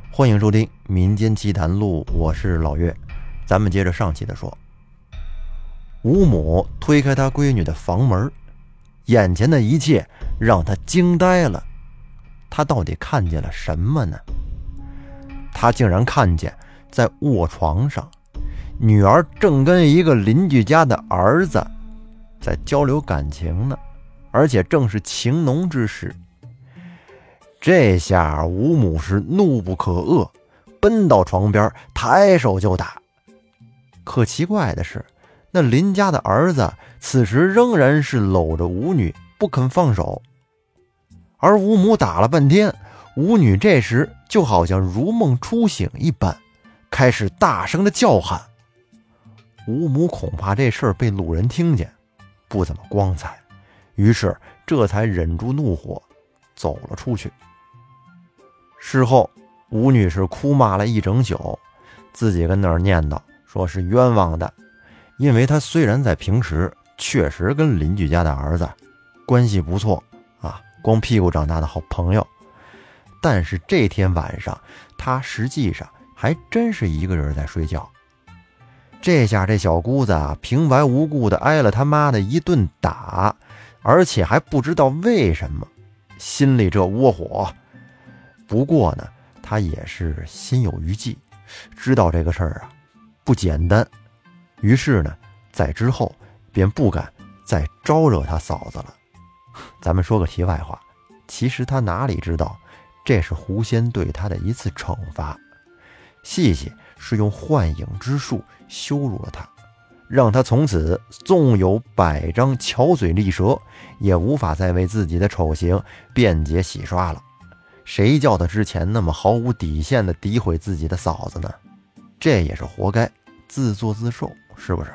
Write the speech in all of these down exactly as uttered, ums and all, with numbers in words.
欢迎收听民间奇谈录，我是老岳。咱们接着上期的说，吴母推开她闺女的房门，眼前的一切让她惊呆了。她到底看见了什么呢？她竟然看见在卧床上，女儿正跟一个邻居家的儿子在交流感情呢，而且正是情浓之时。这下吴母是怒不可遏，奔到床边抬手就打。可奇怪的是，那邻家的儿子此时仍然是搂着吴女不肯放手。而吴母打了半天，吴女这时就好像如梦初醒一般，开始大声的叫喊。吴母恐怕这事儿被路人听见，不怎么光彩，于是这才忍住怒火走了出去。事后吴女士哭骂了一整宿，自己跟那儿念叨说是冤枉的，因为她虽然在平时确实跟邻居家的儿子关系不错啊，光屁股长大的好朋友，但是这天晚上她实际上还真是一个人在睡觉。这下这小姑子啊，平白无故的挨了他妈的一顿打，而且还不知道为什么，心里这窝火。不过呢，他也是心有余悸，知道这个事儿啊不简单，于是呢，在之后便不敢再招惹他嫂子了。咱们说个题外话，其实他哪里知道，这是狐仙对他的一次惩罚。细细是用幻影之术羞辱了他，让他从此纵有百张巧嘴利舌，也无法再为自己的丑行辩解洗刷了。谁叫他之前那么毫无底线的诋毁自己的嫂子呢？这也是活该，自作自受，是不是？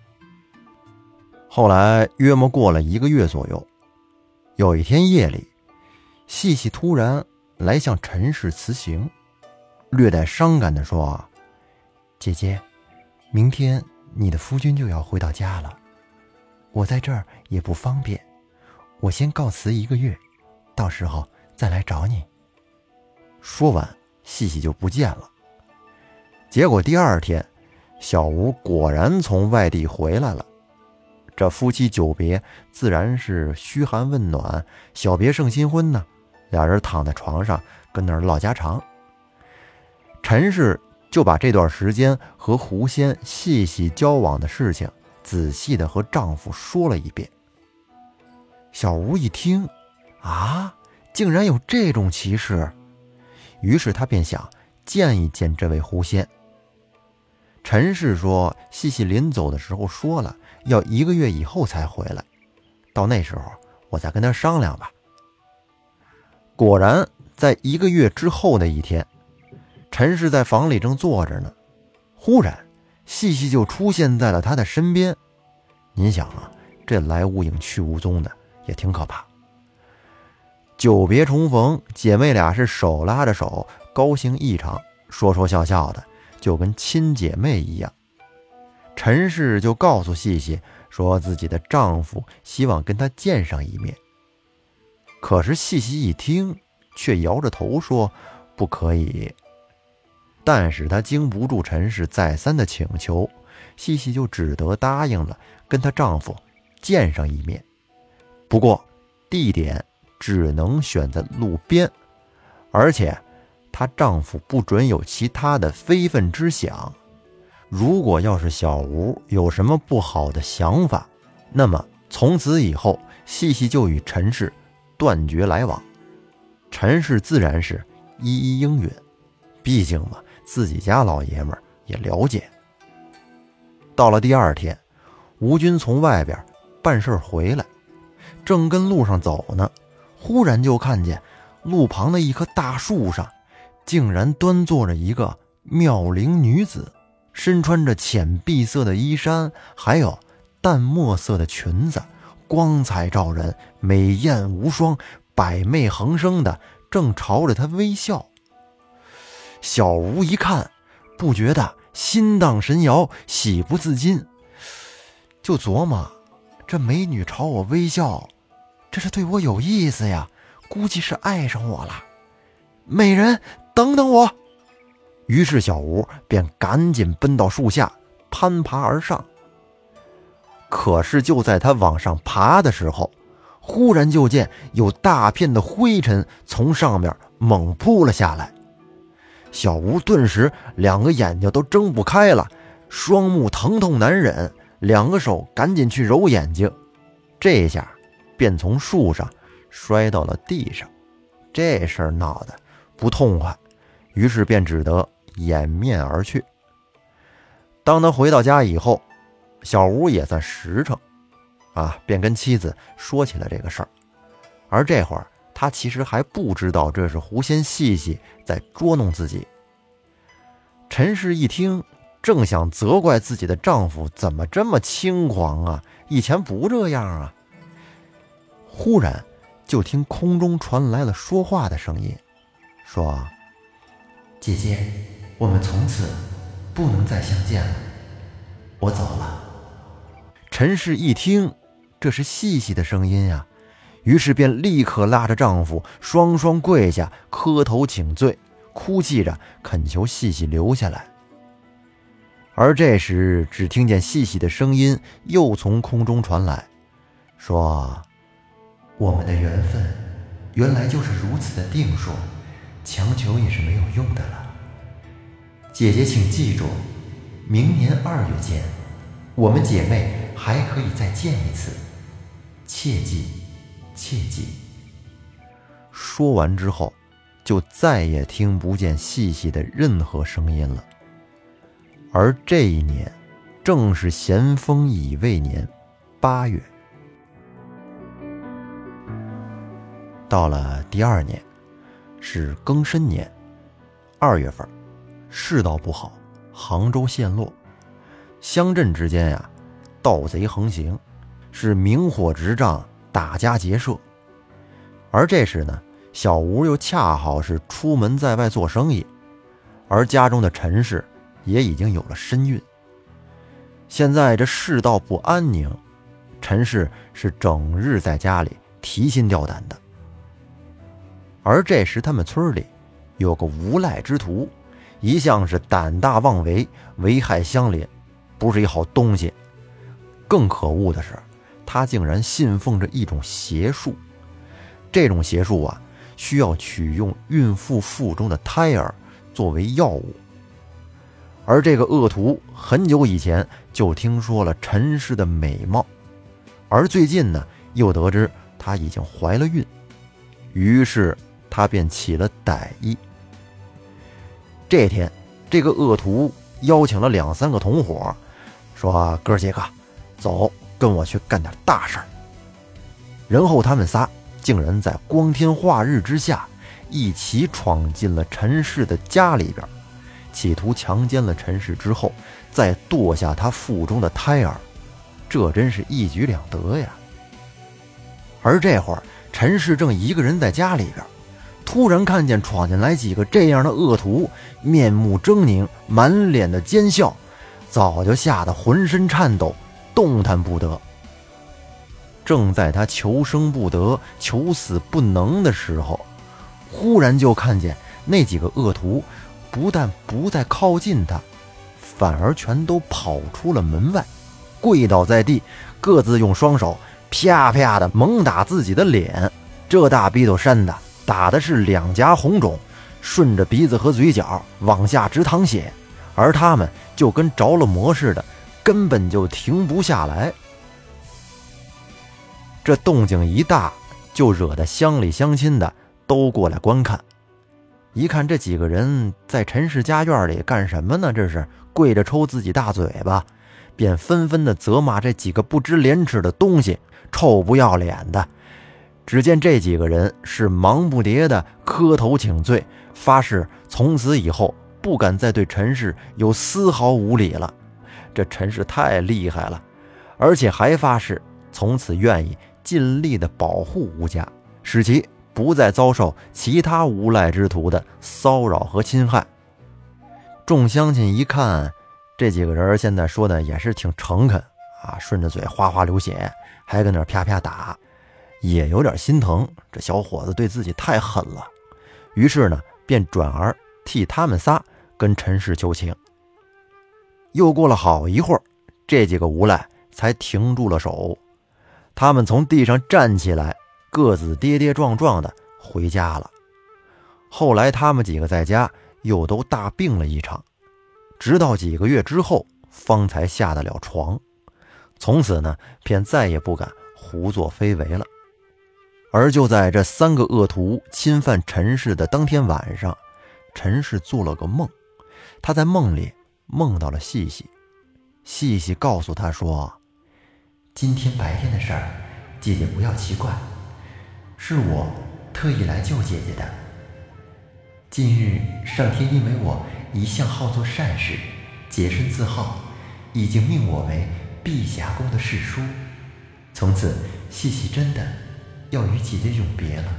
后来约莫过了一个月左右，有一天夜里，细细突然来向陈氏辞行，略带伤感地说：姐姐，明天你的夫君就要回到家了，我在这儿也不方便，我先告辞一个月，到时候再来找你。说完，细细就不见了。结果第二天，小吴果然从外地回来了。这夫妻久别，自然是嘘寒问暖，小别胜新婚呢。俩人躺在床上跟那儿唠家常。陈氏就把这段时间和狐仙细细交往的事情仔细的和丈夫说了一遍。小吴一听，啊，竟然有这种奇事，于是他便想见一见这位狐仙。陈氏说，细细临走的时候说了，要一个月以后才回来，到那时候我再跟他商量吧。果然，在一个月之后的一天，陈氏在房里正坐着呢，忽然细细就出现在了他的身边。您想啊，这来无影去无踪的，也挺可怕。久别重逢，姐妹俩是手拉着手，高兴异常，说说笑笑的，就跟亲姐妹一样。陈氏就告诉细细说，自己的丈夫希望跟她见上一面。可是细细一听，却摇着头说不可以。但是她经不住陈氏再三的请求，细细就只得答应了跟她丈夫见上一面。不过地点只能选在路边，而且她丈夫不准有其他的非分之想。如果要是小吴有什么不好的想法，那么从此以后细细就与陈氏断绝来往。陈氏自然是一一应允，毕竟嘛，自己家老爷们儿也了解。到了第二天，吴军从外边办事回来，正跟路上走呢，忽然就看见路旁的一棵大树上竟然端坐着一个妙龄女子，身穿着浅碧色的衣衫，还有淡墨色的裙子，光彩照人，美艳无双，百媚横生的正朝着他微笑。小吴一看，不觉得心荡神摇，喜不自禁，就琢磨，这美女朝我微笑，这是对我有意思呀，估计是爱上我了。美人，等等我！ 于是小吴便赶紧奔到树下，攀爬而上。可是就在他往上爬的时候，忽然就见有大片的灰尘从上面猛扑了下来。小吴顿时两个眼睛都睁不开了，双目疼痛难忍，两个手赶紧去揉眼睛，这下便从树上摔到了地上。这事儿闹得不痛快，于是便只得掩面而去。当他回到家以后，小吴也算实诚啊，便跟妻子说起了这个事儿。而这会儿他其实还不知道这是狐仙细细在捉弄自己。陈氏一听，正想责怪自己的丈夫怎么这么轻狂啊，以前不这样啊。忽然就听空中传来了说话的声音，说：姐姐，我们从此不能再相见了，我走了。陈氏一听这是细细的声音啊，于是便立刻拉着丈夫双双跪下，磕头请罪，哭泣着恳求细细留下来。而这时只听见细细的声音又从空中传来，说：我们的缘分原来就是如此的定数，强求也是没有用的了。姐姐请记住，明年二月见，我们姐妹还可以再见一次，切记切记。说完之后，就再也听不见细细的任何声音了。而这一年正是咸丰乙未年八月。到了第二年，是庚申年二月份，世道不好，杭州陷落，乡镇之间呀、啊，盗贼横行，是明火执仗，打家劫舍。而这时呢，小吴又恰好是出门在外做生意，而家中的陈氏也已经有了身孕。现在这世道不安宁，陈氏是整日在家里提心吊胆的。而这时他们村里有个无赖之徒，一向是胆大妄为，危害乡邻，不是一好东西。更可恶的是，他竟然信奉着一种邪术。这种邪术啊，需要取用孕妇腹中的胎儿作为药物。而这个恶徒很久以前就听说了陈氏的美貌，而最近呢，又得知她已经怀了孕，于是他便起了歹意。这天，这个恶徒邀请了两三个同伙，说：哥几个，走，跟我去干点大事儿。然后他们仨竟然在光天化日之下，一起闯进了陈氏的家里边，企图强奸了陈氏之后，再剁下他腹中的胎儿，这真是一举两得呀。而这会儿，陈氏正一个人在家里边，突然看见闯进来几个这样的恶徒，面目狰狞，满脸的奸笑，早就吓得浑身颤抖，动弹不得。正在他求生不得，求死不能的时候，忽然就看见那几个恶徒不但不再靠近他，反而全都跑出了门外，跪倒在地，各自用双手啪啪的猛打自己的脸。这大逼斗扇的打的是两颊红肿，顺着鼻子和嘴角往下直淌血，而他们就跟着了魔似的，根本就停不下来。这动静一大，就惹得乡里乡亲的都过来观看。一看这几个人在陈氏家院里干什么呢？这是跪着抽自己大嘴巴，便纷纷的责骂这几个不知廉耻的东西，臭不要脸的。只见这几个人是忙不迭的磕头请罪，发誓从此以后不敢再对陈氏有丝毫无礼了。这陈氏太厉害了，而且还发誓从此愿意尽力的保护吴家，使其不再遭受其他无赖之徒的骚扰和侵害。众乡亲一看，这几个人现在说的也是挺诚恳啊，顺着嘴哗哗流血，还跟那啪啪打，也有点心疼，这小伙子对自己太狠了。于是呢，便转而替他们仨跟陈氏求情。又过了好一会儿，这几个无赖才停住了手。他们从地上站起来，各自跌跌撞撞的回家了。后来他们几个在家又都大病了一场，直到几个月之后方才下得了床。从此呢，便再也不敢胡作非为了。而就在这三个恶徒侵犯陈氏的当天晚上，陈氏做了个梦。他在梦里梦到了细细，细细告诉他说， 今天白天的事儿，姐姐不要奇怪，是我特意来救姐姐的。近日上天因为我一向好做善事，洁身自好，已经命我为碧霞宫的侍书，从此细细真的要与姐姐永别了。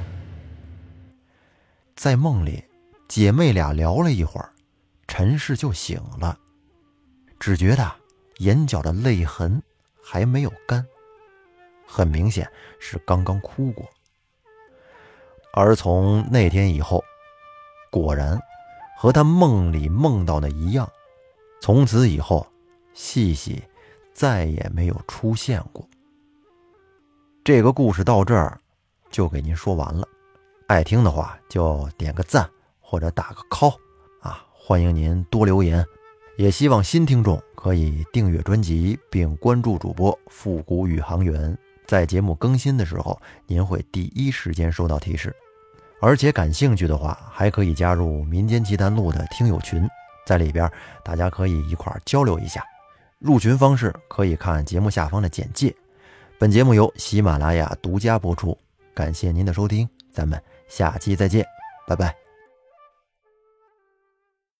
在梦里，姐妹俩聊了一会儿，陈氏就醒了，只觉得眼角的泪痕还没有干，很明显是刚刚哭过。而从那天以后，果然和他梦里梦到的一样，从此以后细细再也没有出现过。这个故事到这儿就给您说完了，爱听的话就点个赞或者打个 call 啊，欢迎您多留言，也希望新听众可以订阅专辑并关注主播复古宇航员，在节目更新的时候您会第一时间收到提示。而且感兴趣的话，还可以加入民间奇谈录的听友群，在里边大家可以一块交流一下。入群方式可以看节目下方的简介。本节目由喜马拉雅独家播出，感谢您的收听，咱们下期再见，拜拜。